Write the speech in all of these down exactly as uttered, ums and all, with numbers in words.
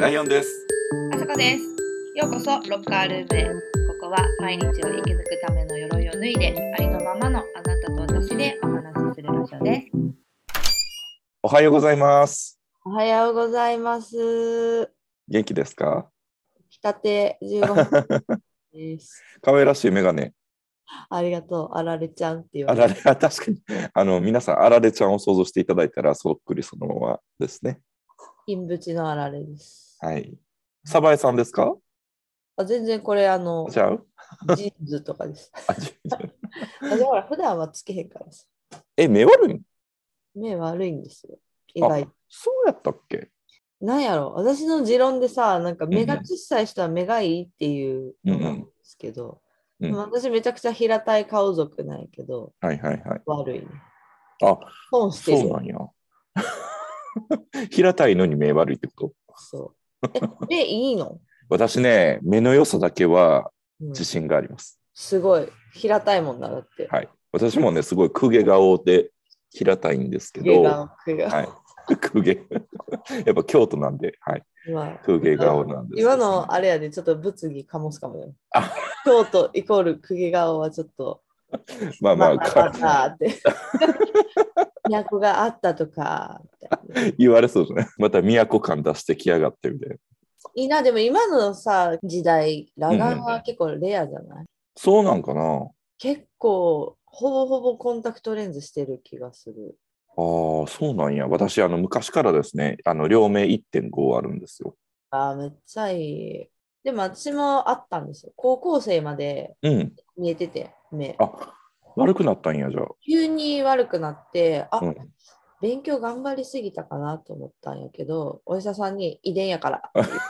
ライオンです。 あさこです。ようこそロッカールームへ。ここは毎日を生き抜くための鎧を脱いで、ありのままのあなたと私でお話しする場所です。 おはようございます。 おはようございます。 元気ですか？ 来たてじゅうごふんです。 可愛らしいメガネ。 ありがとう。あられちゃんって言わあれて。 られ、確かに。あの、皆さん、あられちゃんを想像していただいたら、そっくりそのままですね。 金縁のあられです。 はい。サバエさんですか？ あ、全然これあの、 ちゃうジーンズとかです。 あじあ、でも普段はつけへんからです。 え、目悪いん？ 目悪いんですよ。意あ、 外。 そうやったっけ？ なんやろ、私の持論でさ、なんか目がうん小さい人は目がいいっていううん。 のがあるんでうんすけど、 うん。うん。 でも私めちゃくちゃ平たい顔族なんやけど、 はいはいはい。 悪いね。 あ、 損してる。 そうなんや。平たいのに目悪いってこと？ そう。え、目いいの？ 私ね、目の良さだけはうん、 自信があります。 すごい。平たいもんな、だって。 はい。私もね、すごい公家顔で平たいんですけ毛ど、 が、毛が。 はい。公家。やっぱ京都なんで、はい。 まあ、 公家顔なんです。 今のあれやで、ちょっと物議かもすかもよ。 あ、 京都イコール公家顔はちょっと、 まあまあ、 またまたって。都があったとか、みたいな。 言われそうですね。また都感出してきやがってみたいな。 いいな、でも今のさ、時代、裸眼うんうん、 は結構レアじゃない？ そうなんかな。 結構、ほぼほぼコンタクトレンズしてる気がする。 ああ、そうなんや。私、あの、昔からですね、あの、両目いってんごあるんですよ。 あーめっちゃいい。でも私もあったんですよ。高校生までうん。 見えてて、目。 あ、悪くなったんや、じゃあ。 急に悪くなって、あ、 うん。 勉強頑張りすぎたかなと思ったんやけど、お医者さんに遺伝やからって言って、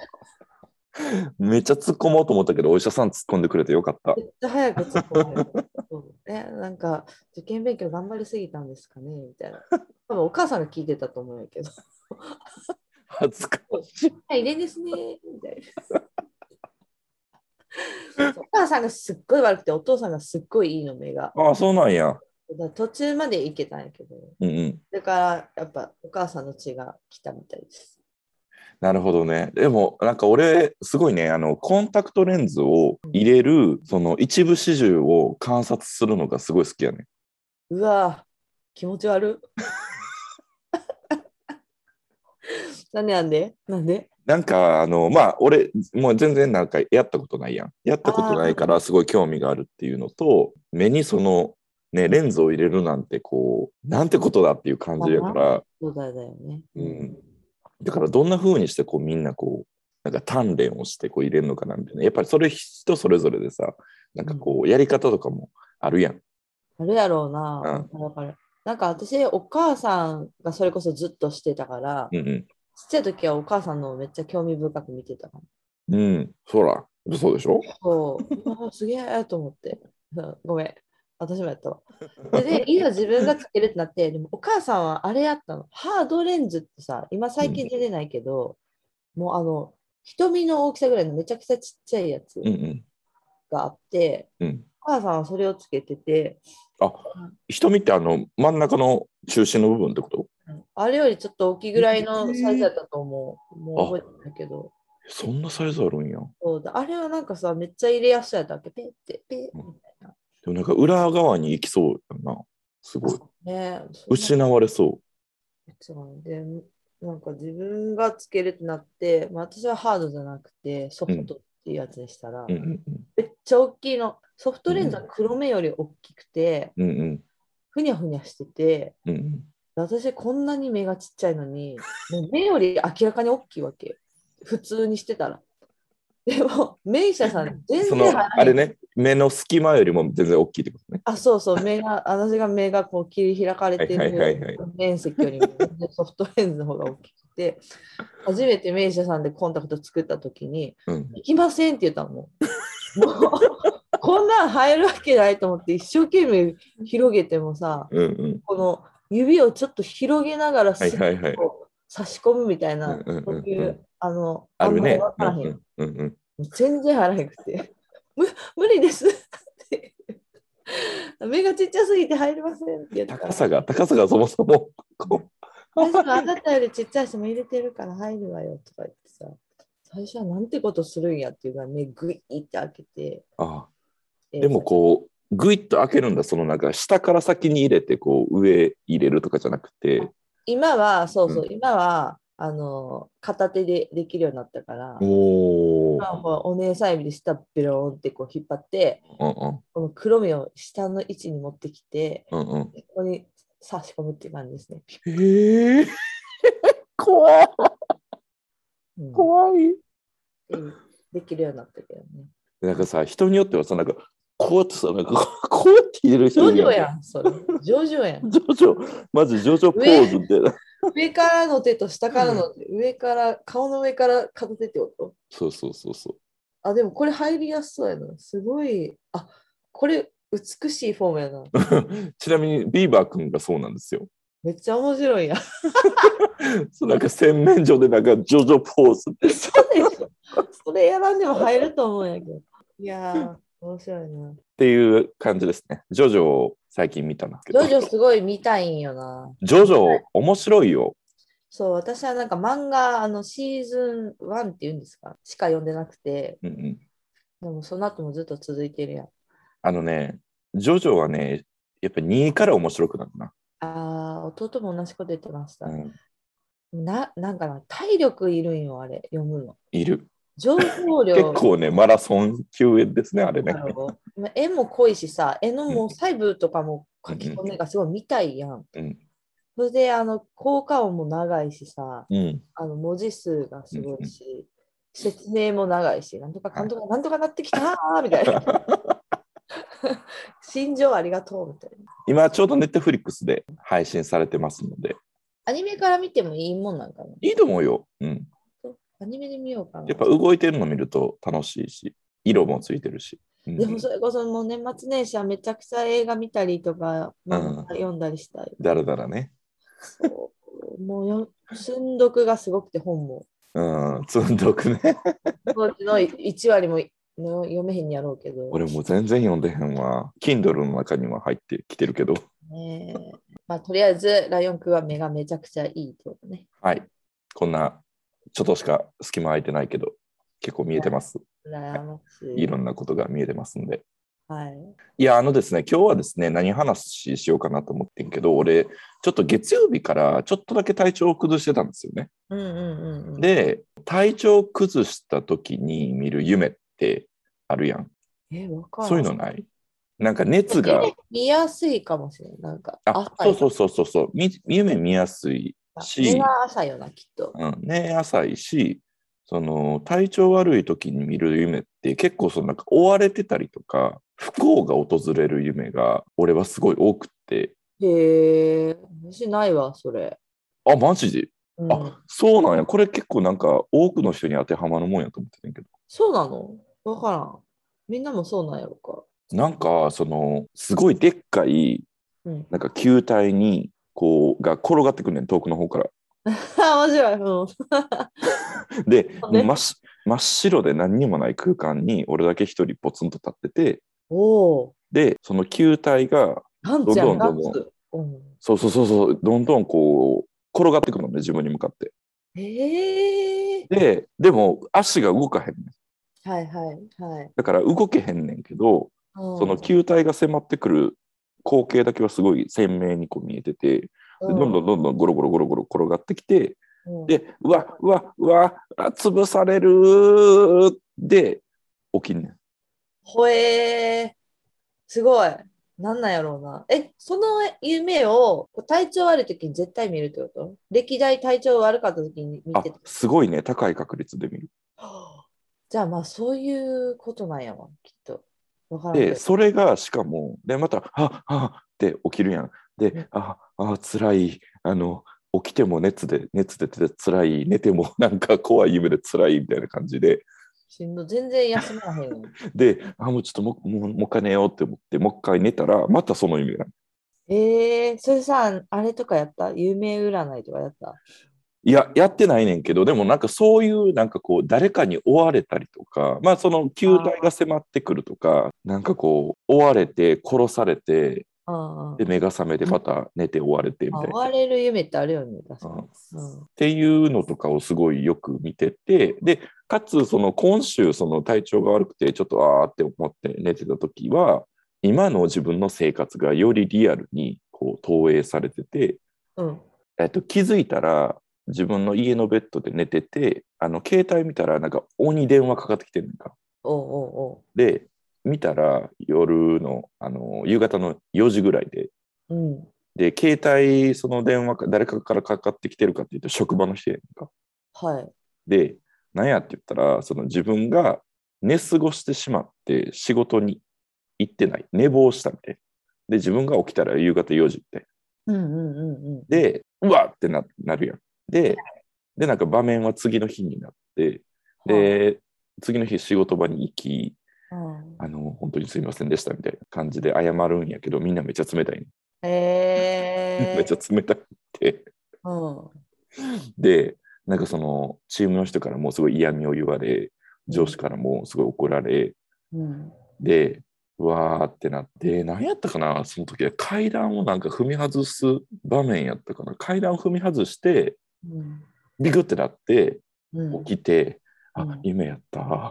めっちゃ突っ込もうと思ったけど、お医者さん突っ込んでくれてよかった。 めっちゃ早く突っ込まれる。そうえ、なんか、受験勉強頑張りすぎたんですかねみたいな。多分お母さんが聞いてたと思うんやけど。 恥ずかしい。 はい、遺伝ですね。みたいな。お母さんがすっごい悪くて、お父さんがすっごいいいの、目が。 ああ、そうなんや。 だから途中まで行けたんやけど、 うんうん。 だからやっぱお母さんの血が来たみたいです。 なるほどね。でも、なんか俺、すごいね、あの、コンタクトレンズを入れる、その一部始終を観察するのがすごい好きやね。 うわぁ、気持ち悪い。なんでなんでなんでなんか、あの、まあ、俺、もう全然なんかやったことないやん。やったことないから、すごい興味があるっていうのと、目にその、ね、レンズを入れるなんて、こう、なんてことだっていう感じやから、 そうだよね。 うん。だからどんな風にしてこうみんなこうなんか鍛錬をしてこう入れるのかなみたいな。やっぱりそれ人それぞれでさ、なんかこうやり方とかもあるやん。 あるやろうな。 うん。 だからなんか私、お母さんがそれこそずっとしてたから、 うんうん。 ちっちゃい時はお母さんのめっちゃ興味深く見てたかも。 うん。そら、そうでしょ？ そう、うわすげえと思って。うんごめん。私もやったわ。で、でいざ自分がつけるってなって、でもお母さんはあれやったの。ハードレンズってさ、今最近出てないけど、もうあの、瞳の大きさぐらいのめちゃくちゃちっちゃいやつうんうんがあって、 うん。 お母さんはそれをつけてて、 あ、瞳ってあの真ん中の中心の部分ってこと？ あれよりちょっと大きいぐらいのサイズえーだったと思う。もう覚えてないけど。 そんなサイズあるんや。 そうだあれはなんかさ、めっちゃ入れやすそうやったっけ、ペッて、ペッうん、 みたいな。 でもなんか裏側に行きそうやな。すごい。 ねえ、そんな失われそそうで、なんか自分がつけるってなって、まあ、私はハードじゃなくてソう。うんフトっていうやつにしたら、 うんうんめっちゃ大きいの。ソフうんトレンズは黒目より大きくて、 うんうんふにゃふにゃしてて、 うんうん。 私こんなに目がちっちゃいのに、もう目より明らかに大きいわけ。普通にしてたら。でも、メイシャさん全その然入らへん。 あれね、目の隙間よりも全然大きいってことね。 あ、そうそう、目が、私が目がこう切り開かれてはいはいはいるはい。 面積よりも全然ソフトレンズの方が大きくて、初めて名医者さんでコンタクト作った時に、 うん、 行きませんって言ったの。もうこんなん入るわけないと思って一生懸命広げてもさ、 うんうん。 この指をちょっと広げながらはいスッはいはい。 と差し込むみたいな、 うんうんそういう、 うんうん。 あの、あんまりあるね。 分からへん。 うんうんうんうん。 全然入らへんくて。無無理ですって目がちっちゃすぎて入りませんって言ったら、 高さが、高さがそもそもこう私もあなたよりちっちゃい人も入れてるから入るわよとか言ってさ、最初はなんてことするんやっていうか目グイって開けて。 あでもこう、ぐいっと開けるんだ、そのなんか下から先に入れて、こう上入れるとかじゃなくて。 今は、そうそう、 うん、 今は、あの、片手でできるようになったから、 おー。 お姉さん指で下ベローンってこう引っ張って、 うんうん。 この黒目を下の位置に持ってきて、 うんうん。 ここに差し込むっていう感じですね。 へえ、怖い。 うん、 怖い。 で、できるようになったけどね。 なんかさ、人によってはさ、なんか、こうやってさ、なんかこうやって入れるジョジョ人いるやん。 やん、それ。ジョジョやん。 ジョジョ、まずジョジョポーズって。 上からの手と下からの手、上から、顔の上から片手ってこと？ そうそうそうそあ、でもこれ入りやすそうやな。すごい。あ、これ美しいフォームやな。 う。ちなみにビーバー君がそうなんですよ。 めっちゃ面白いやん。 そうなんか洗面所でなんかジョジョポーズってさ。 そうでしょ。それやらんでも入ると思うんやけど。いやー、面白いな。 っていう感じですね。ジョジョを最近見たんですけど。 ジョジョすごい見たいんよな。 ジョジョ面白いよ。 そう、私はなんか漫画、あのシーズンワンっていうんですか、しか読んでなくて、 うんうん、 でもその後もずっと続いてるやん。 あのね、ジョジョはね、やっぱにから面白くなるな。 ああ、弟も同じこと言ってました。 うん、 な、なんかな、体力いるんよ、あれ、読むの。 いる。 情報量結構ね、マラソン級ですね、あれね。 だろう。まあ絵も濃いしさ、絵のうんもう細部とかも書きうん込みがすごい見たいやん。 うんそれで、あの、効果音も長いしさ、 うんあの文字数がすうんうん、 ごいし、説明も長いし、なんとかかはい。 んとか、なんとかなってきたーみたいな。心情ありがとうみたいな。 今ちょうどネットフリックスで配信されてますので、 アニメから見てもいいもんなんかな。 いいと思うよ。うん。 アニメで見ようかな。 やっぱ動いてるの見ると楽しいし、色もついてるし。うん、 でもそれこそもう年末年始はめちゃくちゃ映画見たりとか、漫画読んだりしたい。 だらだらね。 そう、もうよ寸読がすごくて本も。 うん、積んどくね。 そのうちのいち割もの読めへんやろうけど。 俺もう全然読んでへんわ。Kindle の中には入ってきてるけど。 ねえ、まあ、とりあえず、ライオンくんは目がめちゃくちゃいいってことね。 はい。こんな、ちょっとしか隙間空いてないけど、結構見えてます。 羨ましい。 いろんなことが見えてますんで。 はい。 いや、あのですね、今日はですね、何話しようかなと思ってんけど、俺、ちょっと月曜日からちょっとだけ体調を崩してたんですよね。 うんうんうんうん。 で、体調を崩した時に見る夢ってあるやん。 え、わからん。 そういうのない？なんか熱が。 夢見やすいかもしれない。なんか、 あ、 浅い。 そうそうそうそう、み夢見やすい目し、 が浅いよな、きっと。 うん、ね、浅いし、その体調悪い時に見る夢って結構そのなんか追われてたりとか不幸が訪れる夢が俺はすごい多くって。 へえ、私ないわ、それ。 あ、マジで？ うん、 あ、そうなんや。これ結構なんか多くの人に当てはまるもんやと思ってたんやけど。 そうなの？わからん。みんなもそうなんやろか。 なんかそのすごいでっかいうん。 なんか球体にこうが転がってくるねん、遠くの方から。 面白い。うん。 で、 ね、 真っ真っ白で何にもない空間に俺だけ一人ポツンと立ってて、 おお。 で、その球体がどんガンツやん、 どんどんどん、 ガンツ。うん。 そうそうそうそう、どんどんこう転がってくるのね、自分に向かって。 へえ。 で、でも足が動かへんねん。 はいはいはい。 だから動けへんねんけど、そのうん。 球体が迫ってくる光景だけはすごい鮮明にこう見えてて、でどんどんどんどんゴロゴロゴロゴロ転がってきて、 うん、 で、うわ、うわ、うわ、あ潰されるで起きんねん。 ほえー。すごい。なんなんやろうな。え、その夢を体調悪い時に絶対見るってこと？歴代体調悪かった時に見あ、 てた。 すごいね、高い確率で見る。 はあ、じゃあまあそういうことなんやわ、きっと。わからんけで、 ど。 それがしかも、で、また、ははって起きるやん。で、あ、あ、辛い、あの、起きても熱で、熱出て辛い、寝てもなんか怖い夢で辛いみたいな感じで、 しんど、全然休まらへんよ。 で、あ、もうちょっともう、もう、もう一回寝ようって思って、もう一回寝たら、またその夢が。 ええー、それさ、あれとかやった？夢占いとかやった？ いや、やってないねんけど、でもなんかそういう、なんかこう、誰かに追われたりとか、まあその球体が迫ってくるとか、なんかこう、追われて、殺されて、 あで、目が覚めてまた寝て終われてみあ、 たいな。 追われる夢ってあるよね、確かうんに。うんっていうのとかをすごいよく見てて、で、かつ、その今週、その体調が悪くて、ちょっとあーって思って寝てた時は、今の自分の生活がよりリアルにこう投影されてて、 うん。 えっと、気づいたら、自分の家のベッドで寝てて、あの携帯見たら、なんか、鬼に電話かかってきてるんか。 おうおうで、見たら、夜の、あの、夕方のよじぐらいで、 おう。うん。 で、携帯、その電話か、誰かからかかってきてるかっていうと、職場の人やんか。 はい。 で、なんやって言ったら、その自分が寝過ごしてしまって仕事に行ってない、寝坊したみたいな。で、自分が起きたら夕方よじみたいな。 うんうんうんうん。 で、うわってな、なるやん。で、で、なんか場面は次の日になって、 はで、次の日仕事場に行き、 あ。うんあの、本当にすいませんでしたみたいな感じで謝るんやけど、みんなめっちゃ冷たい、ね。めっちゃへえ。 冷たくて。 うん。 で、なんかそのチームの人からもすごい嫌味を言われ、上司からもすごい怒られ、 うん。 で、うわーってなって、何やったかな、その時は階段をなんか踏み外す場面やったかな。階段を踏み外して、 うん。 ビクってなって、 うん起きて、あ、 うん夢やった。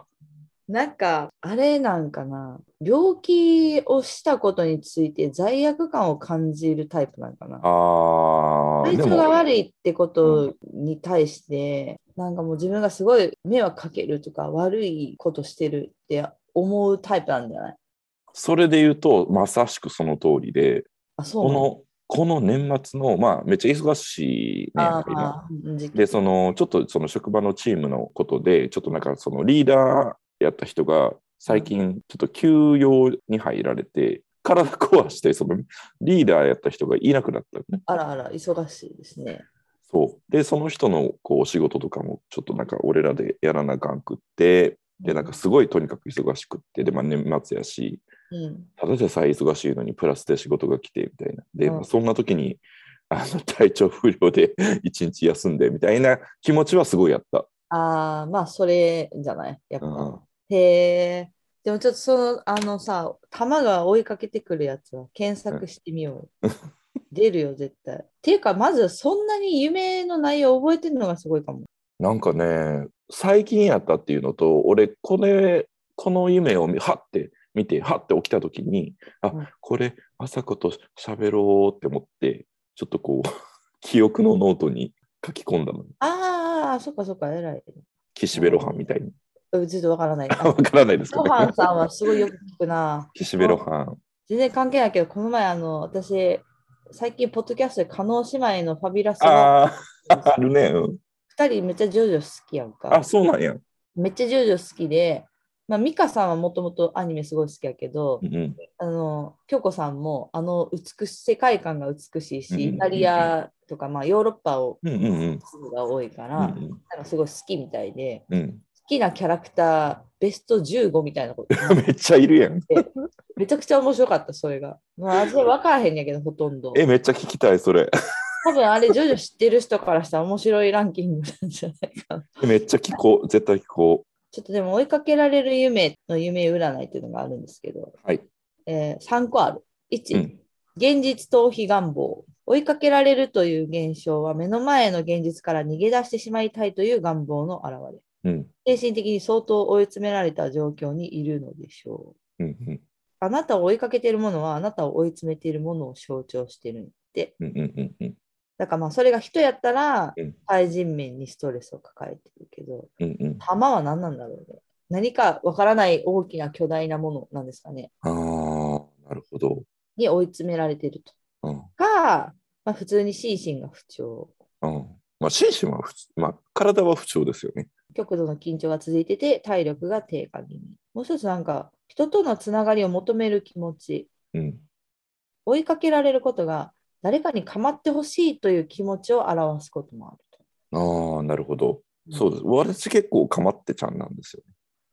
なんか、あれなんかな、病気をしたことについて罪悪感を感じるタイプなんかな。 あー、 体調がでも、 悪いってこうん、 とに対して、なんかもう自分がすごい迷惑かけるとか悪いことしてるって思うタイプなんじゃない？ それで言うと、まさしくその通りで、 あ、そうなんや。 この、この年末の、まあ、めっちゃ忙しいねやんあか、今。 あ、うん時期で、 的。 その、ちょっとその職場のチームのことで、ちょっとなんかそのリーダーやった人が最うん近ちょっと休養に入られて、体壊して、そのリーダーやった人がいなくなったのね。 あらあら、忙しいですね。 そう。で、その人のこうお仕事とかもちょっとなんか俺らでやらなあかんくって、で、なんかすごいとにかく忙しくって、で、まあ年末やし、 うん。 ただでさえ忙しいのにプラスで仕事が来てみたいな。で、まあ、 うん、 そんな時にあの体調不良で一日休んでみたいな気持ちはすごいやった。 ああ、まあ、それじゃない、やっぱ。 うん、 へえ。でもちょっとその、あのさ、弾が追いかけてくるやつは検索してみよう。出るよ、絶対。っていうか、まずそんなに夢の内容を覚えてるのがすごいかも。 なんかね、最近やったっていうのと、俺、これ、この夢を見はって見て、はって起きた時に、あ、 うん、 これ、朝子と喋ろうって思って、ちょっとこう、記憶のノートに書き込んだの。 ああ、そっかそっか、偉い。 岸辺露伴みたいに。 うん、ちょっとわからない。あわの、 からないですかね。 ロハンさんはすごいよく聞くな。 岸辺露伴。 全然関係ないけど、この前、あの、私、最近、ポッドキャストで加納姉妹のファビュラスワンああ、あるね。うん、 二人めっちゃジョジョ好きやんあ、 か。 そうなんや。 めっちゃジョジョ好きで、まあ、ミカさんはもともとアニメすごい好きやけど、 うんうん。 あの、京子さんもあの美しい世界観が美しいし、イタうんうんリアとか、まあ、ヨーロッパをうんうんうんが多いから、 うんなんかすごい好きみたいで、 うん。 好きなキャラクターベストじゅうごみたいなことなっめっちゃいるやん。 て、めちゃくちゃ面白かった、それが。まあ、私は分からへんやけど、ほとんど。 え、めっちゃ聞きたい、それ。 多分あれ、ジョジョ知ってる人からしたら面白いランキングなんじゃないかな。 めっちゃ聞こう。絶対聞こちょっとでも追いかけられる夢の夢占いっていうのがあるんですけど、 う。はい。 えーさんこある。いち、 うん。 現実逃避願望。追いかけられるという現象は目の前の現実から逃げ出してしまいたいという願望の表れ。 うん。 精神的に相当追い詰められた状況にいるのでしょう。 うん。うん。 あなたを追いかけているものはあなたを追い詰めているものを象徴してるんで。 うん。うん。うん。 だからまあそれが人やったらうん。 対人面にストレスを抱えてるけど、 うん。うん。 弾は何なんだろうね。何かわからない大きな巨大なものなんですかね。 ああ、なるほど。 に追い詰められていると。 うん。 か、まあ、普通に心身が不調。 うん。まあ、心身は普通、まあ、体は不調ですよね。 極度の緊張が続いてて体力が低下気味。もう一つなんか人とのつながりを求める気持ち。 うん。 追いかけられることが誰かに構ってほしいという気持ちを表すこともあるああ、なるほど。 と。 そうです。私結構かまってちゃんなんですよ。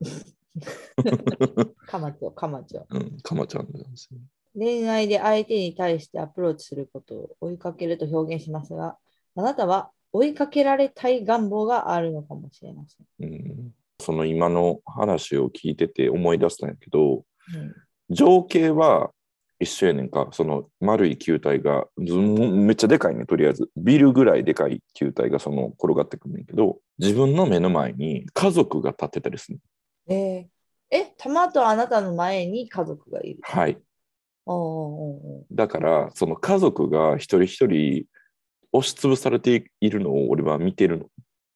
かまちょ、かまちょ。 うん、かまちゃんなんですよ。 恋愛で相手に対してアプローチすることを追いかけると表現しますが、あなたは追いかけられたい願望があるのかもしれません。 うん、その今の話を聞いてて思い出したんやけど、 うん、 情景は一緒やねんか。その丸い球体がずんめっちゃでかいね、とりあえず。ビルぐらいでかい球体がその転がってくるんだけど、自分の目の前に家族が立ってたりする。 えー、え、玉とあなたの前に家族がいる。 はい。 おーおだから、その家族が一人一人押しつぶされているのを俺は見てるの。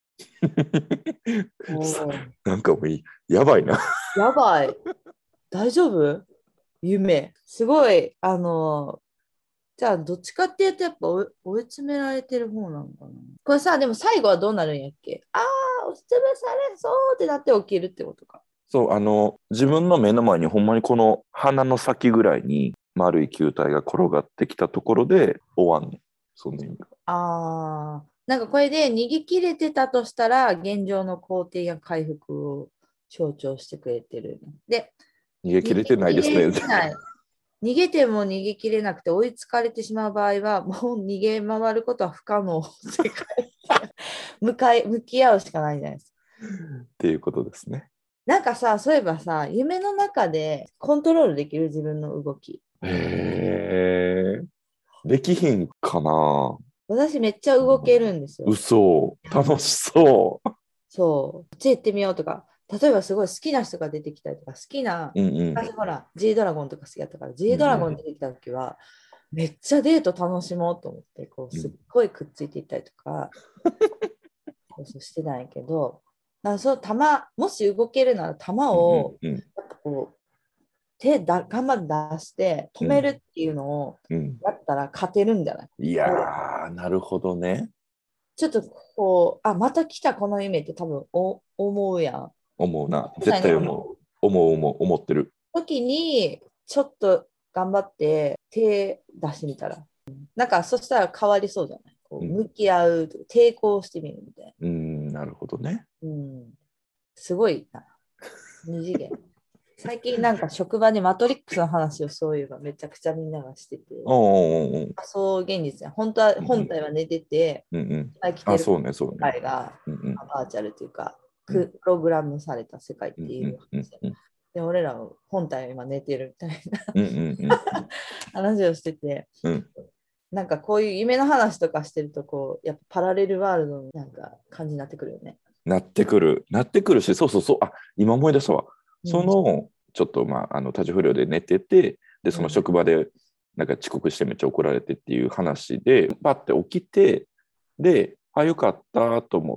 ーおー。 なんかもういいやばいな。 やばい。大丈夫？夢。すごい、あの、じゃあ、どっちかっていうと、やっぱ追い追い詰められてる方なのかな。これさ、でも最後はどうなるんやっけ？ああ、押しつぶされそうってなって起きるってことか。 そう、あの、自分の目の前にほんまにこの鼻の先ぐらいに丸い球体が転がってきたところで終わんねん。その意味が。 ああ、なんかこれで逃げ切れてたとしたら、現状の肯定や回復を象徴してくれてる。で、逃げ逃げ切れてないですね。 切れない。逃げても逃げ切れなくて追いつかれてしまう場合は、もう逃げ回ることは不可能。世界向かい向き合うしかないじゃないですか。 っていうことですね。 なんかさ、そういえばさ、夢の中でコントロールできる自分の動き。 へえ。できひんかな。 私めっちゃ動けるんですよ。 嘘。楽しそそう。こっち行ってみようとか、例えばすごい好きな人が出てきたりとか、好きな、 う。うんうん。 昔ほら、G ドラゴンとか好きだったから、 う G んうんドラゴン出てきた時は、めっちゃデート楽しもうと思って、こう、すっごいくっついていったりとか、そうそうしてないけど、だからそう、球、もし動けるなら球うんを、 うんやっぱこう、手だ頑張って出して止めるっていうのをうん。 やったら勝てるんじゃない？ いやー、なるほどね。 ちょっとこう、あ、また来たこの夢って多分お思うやん。 思うな。 みたいな絶対思う。思う思う思ってる。 時に、ちょっと頑張って手出してみたら。なんかそしたら変わりそうじゃない？こううん向き合う、抵抗してみるみたいうん、なるほどね。 な。うん。すごいな。二次元。最近なんか職場でマトリックスの話をそういえばめちゃくちゃみんながしてて、 おうおうおうおう。 仮想現実や。本当はうん本体は寝てて、 うんうん。あ、 生きてるそうね、そう世ね。 界がうんうんバーチャルというか、 うんプログラムされた世界っうんていううん話で、 うんで俺らは本体は今寝てるみたいなうんうん話をしてて、 うんうん。 なんかこういう夢の話とかしてると、こう、やっぱパラレルワールドのなんか感じになってくるよね。 なってくる。なってくるし、そうそうそう。あ、今思い出したわ。 うんその、ちょっと、まあ、あの、体調不良で寝てて、で、そのうん職場で、なんか遅刻してめっちゃ怒られてっていう話で、パッて起きて、で、あ、よかったと思って、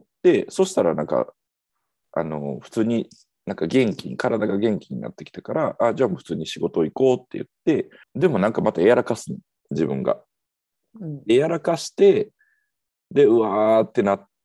そしたらなんか、あの、普通に、なんか元気に、体が元気になってきたから、あ、じゃあもう普通に仕事行こうって言って、でもなんかまたやらかすの、自分が。 うんで、やらかして、で、うわーってなって、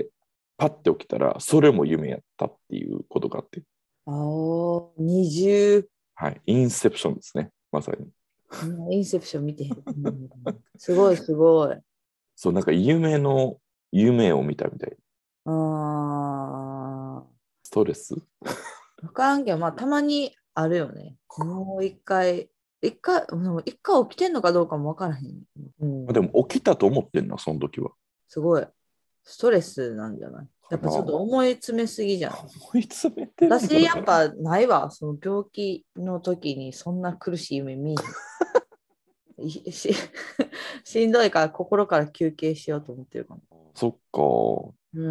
パッて起きたら、それも夢やったっていうことがあって、 ああ、二重。 はい、インセプションですね、まさに。 インセプション見てへん。うん、すごいすごい。 そう、なんか夢の夢を見たみたい。 ああ、 ストレス。 わからんけど、まあたまにあるよね。もう一回、一回、もう一回起きてんのかどうかもわからへん。うん、 でも起きたと思ってんな、その時は。 すごい。ストレスなんじゃない？やっぱちょっと思い詰めすぎじゃん。 思い詰めてるんだ私やっぱないわ。その病気の時にそんな苦しい夢見えへん。いししんどいから心から休憩しようと思ってるかも。 そっか。 うん。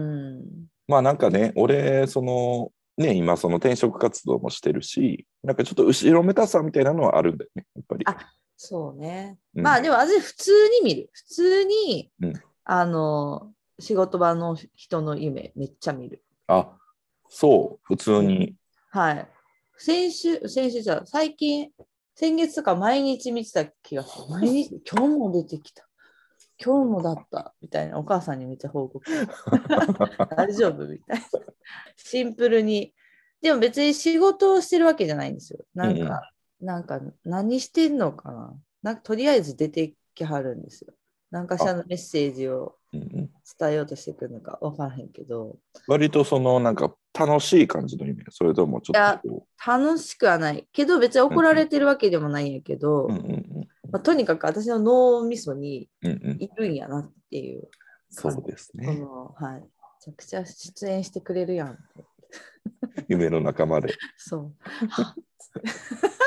まあなんかね、俺、その、ね、今その転職活動もしてるし、なんかちょっと後ろめたさみたいなのはあるんだよね、やっぱり。 あ、そうね。 うんまあでも私普通に見る。普通に、 うんあの、仕事場の人の夢めっちゃ見る。 あ、そう、普通に。 はい。先週、先週じゃ、最近、先月とか毎日見てた気がする。毎日、今日も出てきた。今日もだったみたいな、お母さんにめっちゃ報告。大丈夫みたいな。シンプルに。でも別に仕事をしてるわけじゃないんですよ。なんか、うんうん、なんか何してんのかな。なんかとりあえず出てきはるんですよ。なんかしらのメッセージを伝えようとしてくるのか分からへんけど。 割とそのなんか楽しい感じの意味、それともちょっとこう。楽しくはないけど、別に怒られてるわけでもないんやけど、まあ、とにかく私の脳みそにいるんやなっていう、うんうん、 そうですね。 はい。めちゃくちゃ出演してくれるやん。 夢の仲間で。 そう。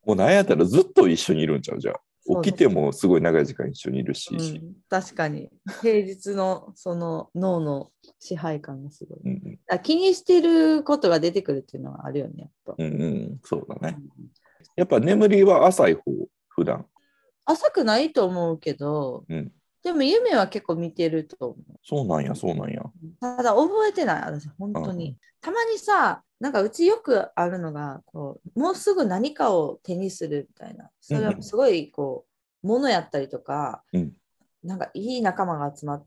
もうなんやったらずっと一緒にいるんちゃうじゃあ。 そうです起きてもすごい長い時間一緒にいるし。 うん、確かに平日のその脳の支配感がすごい。 うん、 あ、気にしてることが出てくるっていうのはあるよね、やっぱ。 うん、うん、そうだね。 うん、 やっぱ眠りは浅い方、普段。 浅くないと思うけど、 うん。 でも夢は結構見てると思そうなんや、そうなんや。 う。ただ覚えてない、私、本うん、 当に。たまにさ、なんかうちよくあるのが、こうもうすぐ何かを手にするみたいな。 うん、 それはすごい、こう、ものやったりとか、 うん、 なんかいい仲間が集まって、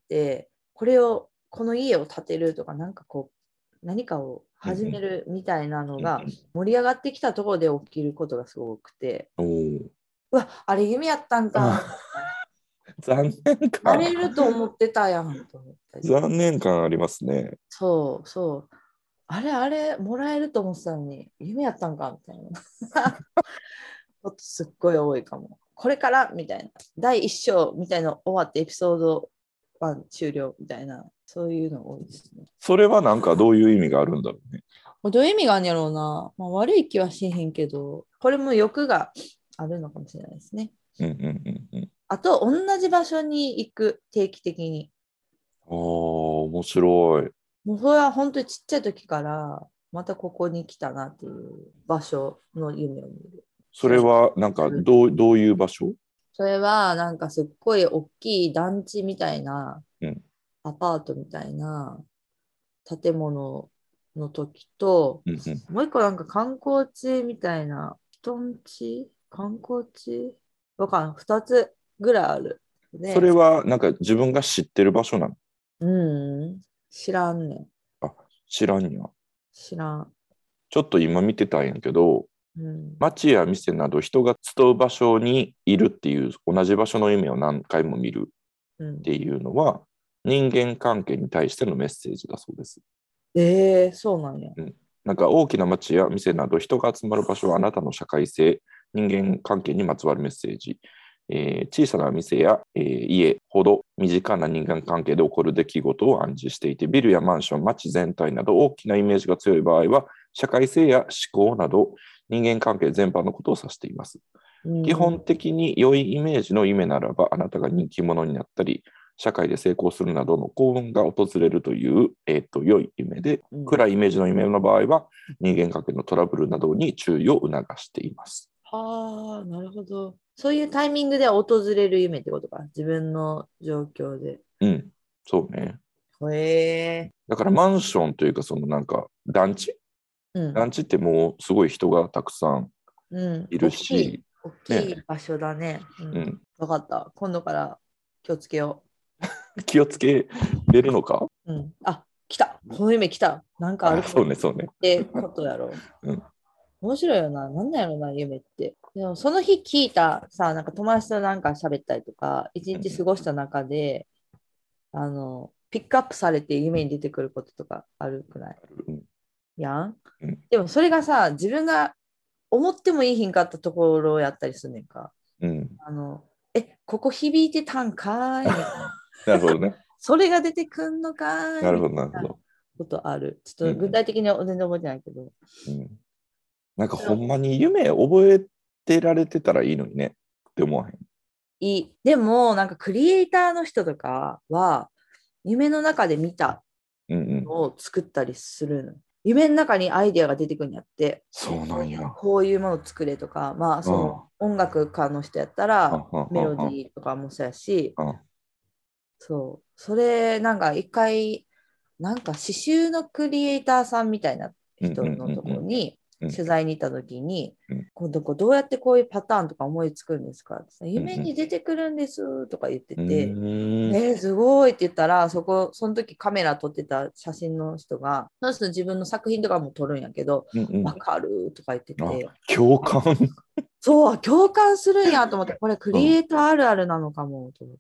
これを、この家を建てるとか、なんかこう、何かをうん、 始めるみたいなのうん。 が盛り上がってきたところで起きることがすごくて、 おお。 うわ、あれ夢やったんか、 あ、残念なれ感。 ると思ってたやんと思ったり。 残念感ありますね。 そうそう。あれあれ、もらえると思ってたのに、夢やったんかみたいな。ことすっごい多いかも。これからみたいな。だいいっ章みたいな終わってエピソードいち終了みたいな。そういうの多いですね。 それはなんかどういう意味があるんだろうね。 どういう意味があるんやろうな。まあ、悪い気はしへんけど、これも欲があるのかもしれないですね。 うん、うん、うん、うん。 あと、同じ場所に行く、定期的に。 ああ、面白い。 もうそれは本当にちっちゃい時から、またここに来たなっていう場所の夢を見る。 それはなんかどう、どういう場所？ それはなんかすっごい大きい団地みたいな、 うん、 アパートみたいな建物の時と、 うん、うん。 もう一個なんか観光地みたいな、人んち観光地わかんない。二つぐらいある。で、 それはなんか自分が知ってる場所なの？ うん、知らんねん。 あ、知らんや。 知らん。 ちょっと今見てたんやけど、 うん、 街や店など人が集う場所にいるっていう同じ場所の夢を何回も見るうん。 っていうのは人間関係に対してのメッセージだそうです。 えー、そうなんや。 うん、なんか大きな街や店など人が集まる場所はあなたの社会性、人間関係にまつわるメッセージ。えー小さな店や、えー家ほど身近な人間関係で起こる出来事を暗示していて、ビルやマンション、街全体など大きなイメージが強い場合は、社会性や思考など人間関係全般のことを指しています。基うん、 本的に良いイメージの夢ならば、あなたが人気者になったり、社会で成功するなどの幸運が訪れるという、えー、と良い夢で、 うん。 暗いイメージの夢の場合は、人間関係のトラブルなどに注意を促しています。 はあ、なるほど。そういうタイミングで訪れる夢ってことか。自分の状況で。 うん、そうね。 へえ。 だからマンションというか、そのなんか団地うん。 団地ってもうすごい人がたくさんうん。 いる大きい、 し、 大きいね、 場所だね。うん。 うん、 わかった。今度から気をつけよ気をつけれるのか？ う。うん。あ、来た。この夢来た。なんかあるあ、 かもっそうね、そうね。 てことやろうん、 う。面白いよな。なんだやろな、夢って。でも、その日聞いたさ、なんか友達となんか喋ったりとか、一うん、 日過ごした中で、あの、ピックアップされて夢に出てくることとかあるくないうん、 やん。 うん、 でもそれがさ、自分が思ってもいいひんかったところをやったりすんねんか。 うん。 あの、え、ここ響いてたんかーいみたいな。 なるほどね。 それが出てくんのかーいなるほど、 みたいななるほど。 ことある。ちょっと具うん、 体的には全然覚えてないけど。 うん。なんかそのほんまに夢覚えてられてたらいいのにねって思わへん？ いい。でも、なんかクリエイターの人とかは、夢の中で見たうん、うん。 のを作ったりするの。夢の中にアイデアが出てくるんやって、 そうなんや。 こういうものを作れとか、まあ、そのあ音楽家の人やったあ、 らあメロデあ、 ィーとかもそうやし、 ああ、 そう、それなんか一回、なんか刺繍のクリエイターさんみたいなうん、うん、 人のところにうん、うん、 取材に行った時に、 うん、 今度こうどうやってこういうパターンとか思いつくんですかってさ、 うん、うん。 夢に出てくるんですとか言ってうて、 ーん、 えー、すごいって言ったら、そこ、その時カメラ撮ってた写真の人が、その人自分の作品とかも撮るんやけど、 うん、うん。 わかるとか言ってあ、 て、 共感。 そう、共感するんやと思って、これクうん、 リエイターあるあるなのかもと思って、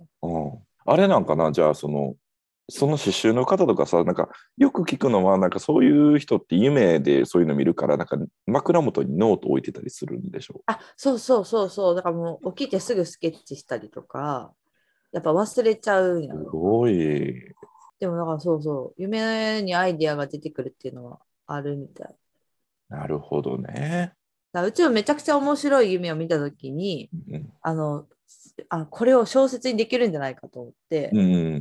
うん。あれなんかな、じゃあ、その、その刺繍の方とかさ、なんか、よく聞くのは、なんかそういう人って夢でそういうの見るから、なんか枕元にノート置いてたりするんでしょあ、そうそうそうそう、だからもう起きてすぐスケッチしたりとか、やっぱ忘れちゃうんやう。すろ。 ごい。 でもだからそうそう、夢にアイディアが出てくるっていうのはあるみたい。 なるほどね。 だうちはめちゃくちゃ面白い夢を見たときに、 うん、 あの、あ、これを小説にできるんじゃないかと思って、 うん、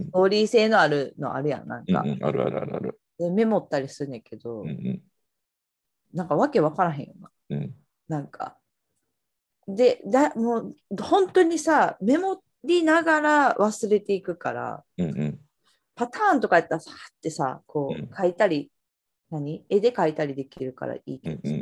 ストーリー性のあるのあるやん、なんうん、 か。 うん、あるあるあるある。 でメモったりするんやけうん、 ど、 うん、 なんかわけわからへんよな。 うん、 なんか。で、だもう本当にさ、メモりながら忘れていくから、 うん、うん、 パターンとかやったらさってさ、こう書いたり、何絵で描いたりできるからいいうん、 けどさ、 うん、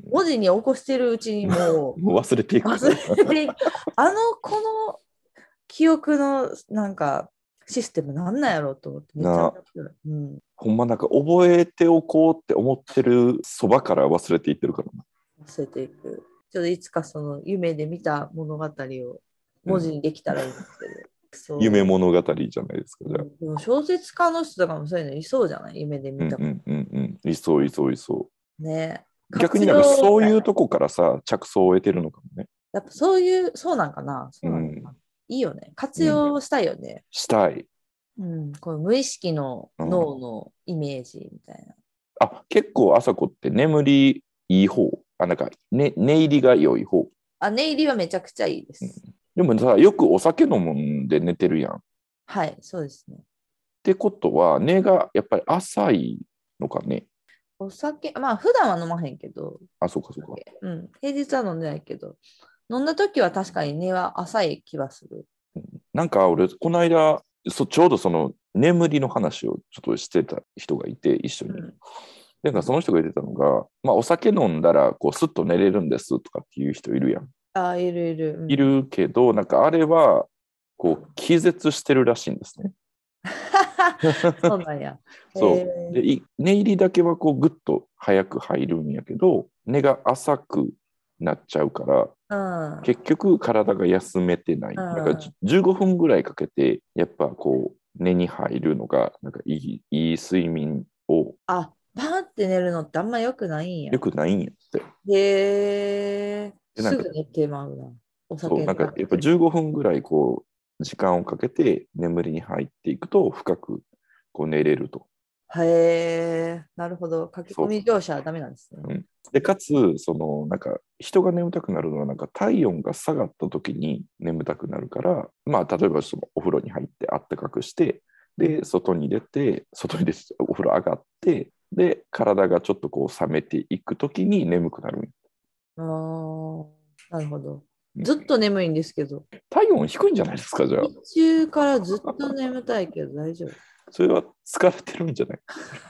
文字に起こしてるうちにももう忘れていうくか忘ら。 れていく。あの、この記憶のなんかシステムなんなんやろうと思ってめっちゃな、 面白い。うん。 ほんまなんか覚えておこうって思ってるそばから忘れていってるからな。 忘れていく。ちょっといつかその夢で見た物語をうん、 文字にできたらいいんですけど。 夢そ物語じゃないですか、 う。 じゃあ。 うん、でも小説家の人とかもそういうのいそうじゃない夢で見た。 うんうんうんうん。いそういそういそね。 う。逆活になんか用したい。 そういうとこからさ、着想を得てるのかもね。 やっぱそういう、そうなんかな。そうなのかうん。 な。いいよね。活うん。 用したいよね。 したい。 うん。この無意識のうん。 脳のイメージみたいな。 あ、結構朝子って眠りいい方。あ、なんか、ね、寝入りが良い方。 あ、寝入りはめちゃくちゃいいでうん、 す。 でもさ、よくお酒飲むんで寝てるやん。っはい、そうですね。 てことは、寝がやっぱり浅いのかね。 お酒、まあ普段は飲まへんけど、 あ、そうかそうか。 うん、平日は飲んでないけど、飲んだ時は確かに根は浅い気はする。 なんか俺、この間、そちょうどその眠りの話をちょっとしてた人がいて、一緒に。 うん、 なんかその人が言ってたのが、まあ、お酒飲んだらこうスッと寝れるんですとかっていう人いるやん。 あ、いるいる。うん、 いるけど、なんかあれはこう気絶してるらしいんですね。 そうなんや。 そう。で、 えい寝入りだけはこうぐっと早く入るんやけど、寝が浅くなっちゃうから、 ー、 結局体が休めてない。 うん、 だからうん。 じゅうごふんぐらいかけて、やっぱこう寝に入るのが、なんかいい、いい睡眠をあ、バーって寝るのってあんま良くないんや。 よくないんやって。 へえ、 で、なんかすぐ寝てまうな。おそう、 酒なんかやっぱがってる。 じゅうごふんぐらいこう、時間をかけて眠りに入っていくと、深くこう寝れると。 へえ、なるほど。書き込そう。 み乗車はダメなんですね。 うん、で、かつ、その、なんか、人が眠たくなるのは、なんか体温が下がった時に眠たくなるから、まあ、例えばそのお風呂に入ってあったかくして、で、外に出て、外に出て、お風呂上がって、で、体がちょっとこう冷めていく時に眠くなる。 ああ、なるほど。 うん、 ずっと眠いんですけど。 体温低いんじゃないですか、じゃあ。 日中からずっと眠たいけど大丈夫。 それは疲れてるんじゃない？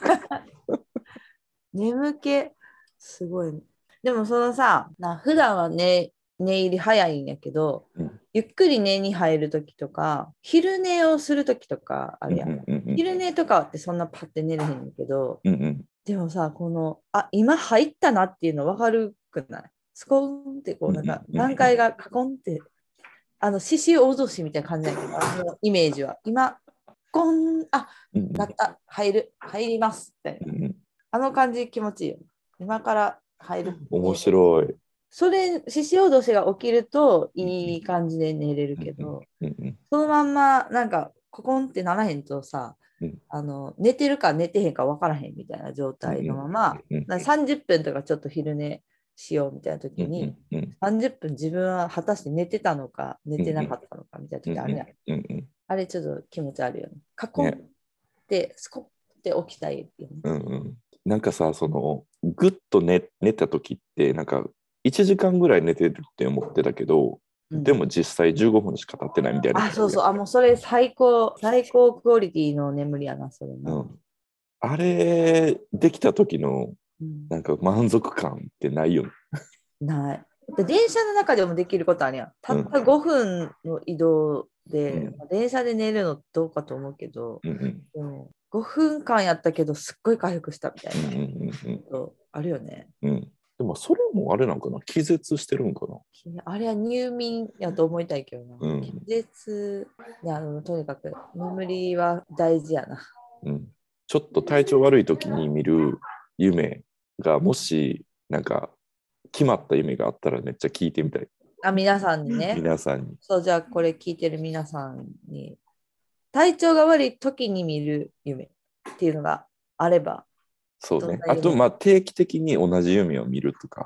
眠気、すごい。でもそのさ、な普段は寝、寝入り早いんやけど、 うん、 ゆっくり寝に入るときとか、昼寝をするときとかあうん、 るやん。 うん、うん、 昼寝とかってそんなパッて寝れへんんけど、 うん、うん、 でもさ、この、あ、今入ったなっていうの分かるくない？スコーンってこう、 うん、 なんかうん、 段階がカコンって、あの、獅子落としみたいな感じだけど、あのイメージは。今、コン、あ、 うん、 なった、入る、入りますみたいな。 うん、 あの感じ気持ちいいよ。今から入る。 面白い。 それ、獅子落としが起きるといい感じで寝れるけど、 うん、うん、 そのまんま、なんか、ココンってならへんとさ、 うん、 あの寝てるか寝てへんか分からへんみたいな状うん、 態のまま、 うん、 なさんじゅっぷんとかちょっと昼寝しようみたいなうん、 時に、 うん、 さんじゅっぷん自分は果たして寝てたのか寝うん、 てなかったのかみたいなうん、 時あるやん。 うん、うん、 あれちょっと気持ちあるよね。カコンっね、 てスコッって起きたいよね。 うん、うん。なんかさ、その、ぐっと寝、寝た時って、なんか、いちじかんぐらい寝てるって思ってたけど、 うん、 でも実際じゅうごふんしか経ってないみたいなあ、 時あるやそうそう。あ、もうそれ最高、最高クオリティの眠りやな、それん。うな。 ん。あれ、できた時の、 うん、 なんか満足感ってないよね。 ない。で電車の中でもできることあるやん。たうん、 ったごふんの移動で、 うん、 まあ電車で寝るのどうかと思うけど、 うん、うん、 でもごふんかんやったけど、すっごい回復したみたいなうん、うん、 ことあるよね。 うん。うん。でも、それもあれなんかな、気絶してるんかな。 あれは入眠やと思いたいけどな。気うん、 絶、いや、でもとにかく眠りは大事やな。 うん。ちょっと体調悪い時に見る夢が、もし、なんか、決まった夢があったらめっちゃ聞いてみたい。 あ、皆さんにね。 皆さんに。 そう、じゃあこれ聞いてる皆さんに、体調が悪い時に見る夢っていうのがあれば、 そうね。 どんな夢？ あと、まあ、定期的に同じ夢を見るとか。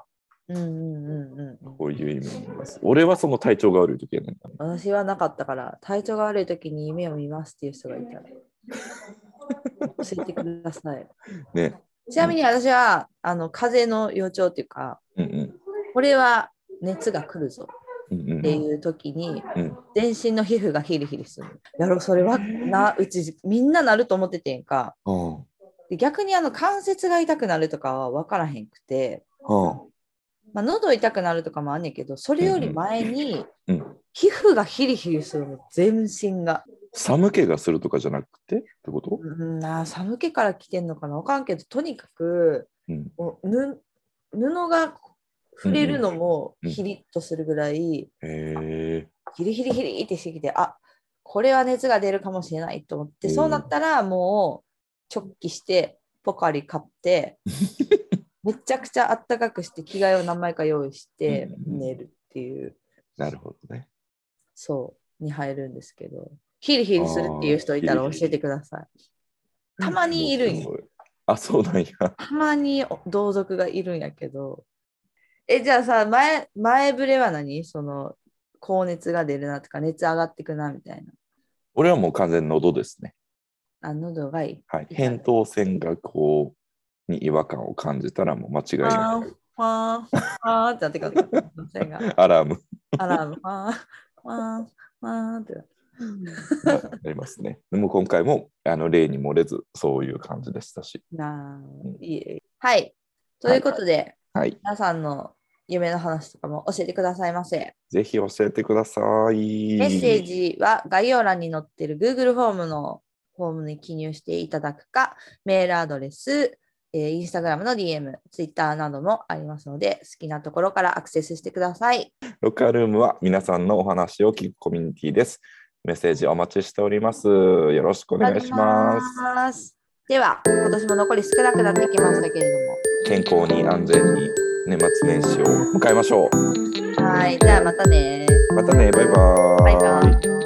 うんうんうんうん。 こういう意味に見ます。俺はその体調が悪い時やねん。 私はなかったから、体調が悪い時に夢を見ますっていう人がいたら、教えてください。 ね。 ちなみに私は、あの風邪の予兆っていうか、 うんうんこれは熱が来るぞうんうんっていう時に、 うん全身の皮膚がヒリヒリする。やろ、それはな、うちみんななると思っててんか。 はで逆にあの関節が痛くなるとかは分からへんくて、 あはあまあ、喉痛くなるとかもあんねんけど、それより前にうん皮膚がヒリヒリするの、全身が。 寒気がするとかじゃなくてってこと？ うん、な寒気から来てんのかな分からんけど、とにかくうんもうぬ布が触れるのもうんうんヒリッとするぐらい、 へえ。 ヒリヒリヒリってしてきて、あ、これは熱が出るかもしれないと思って、そうなったらもう直帰してポカリ買ってめちゃくちゃあったかくして着替えを何枚か用意してうんうん寝るっていう、 なるほどね。 そうに入るんですけど、ヒリヒリするっていう人いたら教えてください。たまにいるんよ。 あ、そうなんや。 たまに同族がいるんやけど。え、じゃあさ、前、前触れは何？その、高熱が出るなとか、熱上がってくなみたいな。 俺はもう完全に喉ですね。 あ、喉がいい。 はい。扁桃腺がこう、に違和感を感じたらもう間違いなく。 ファーン、ファーンってなってくる。 アラーム。 アラーム、ファーン、ファーン、ファーンってなりますね。でも今回もあの例に漏れずそういう感じでしたし。 なあ、いい。はい。ということで、 はい、 皆さんの夢の話とかも教えてくださいませ。 ぜひ教えてください。 メッセージは概要欄に載っている Google フォームのフォームに記入していただくか、メールアドレス、えー、Instagram の ディーエム、Twitter などもありますので、好きなところからアクセスしてください。 ロッカールームは皆さんのお話を聞くコミュニティです。メッセージお待ちしております。よろしくお願いします。 では、今年も残り少なくなってきましたけれども、 健康に安全に年末年始を迎えましょう。 はい、じゃあまたね。 またね、バイバーイ。 バイバイ。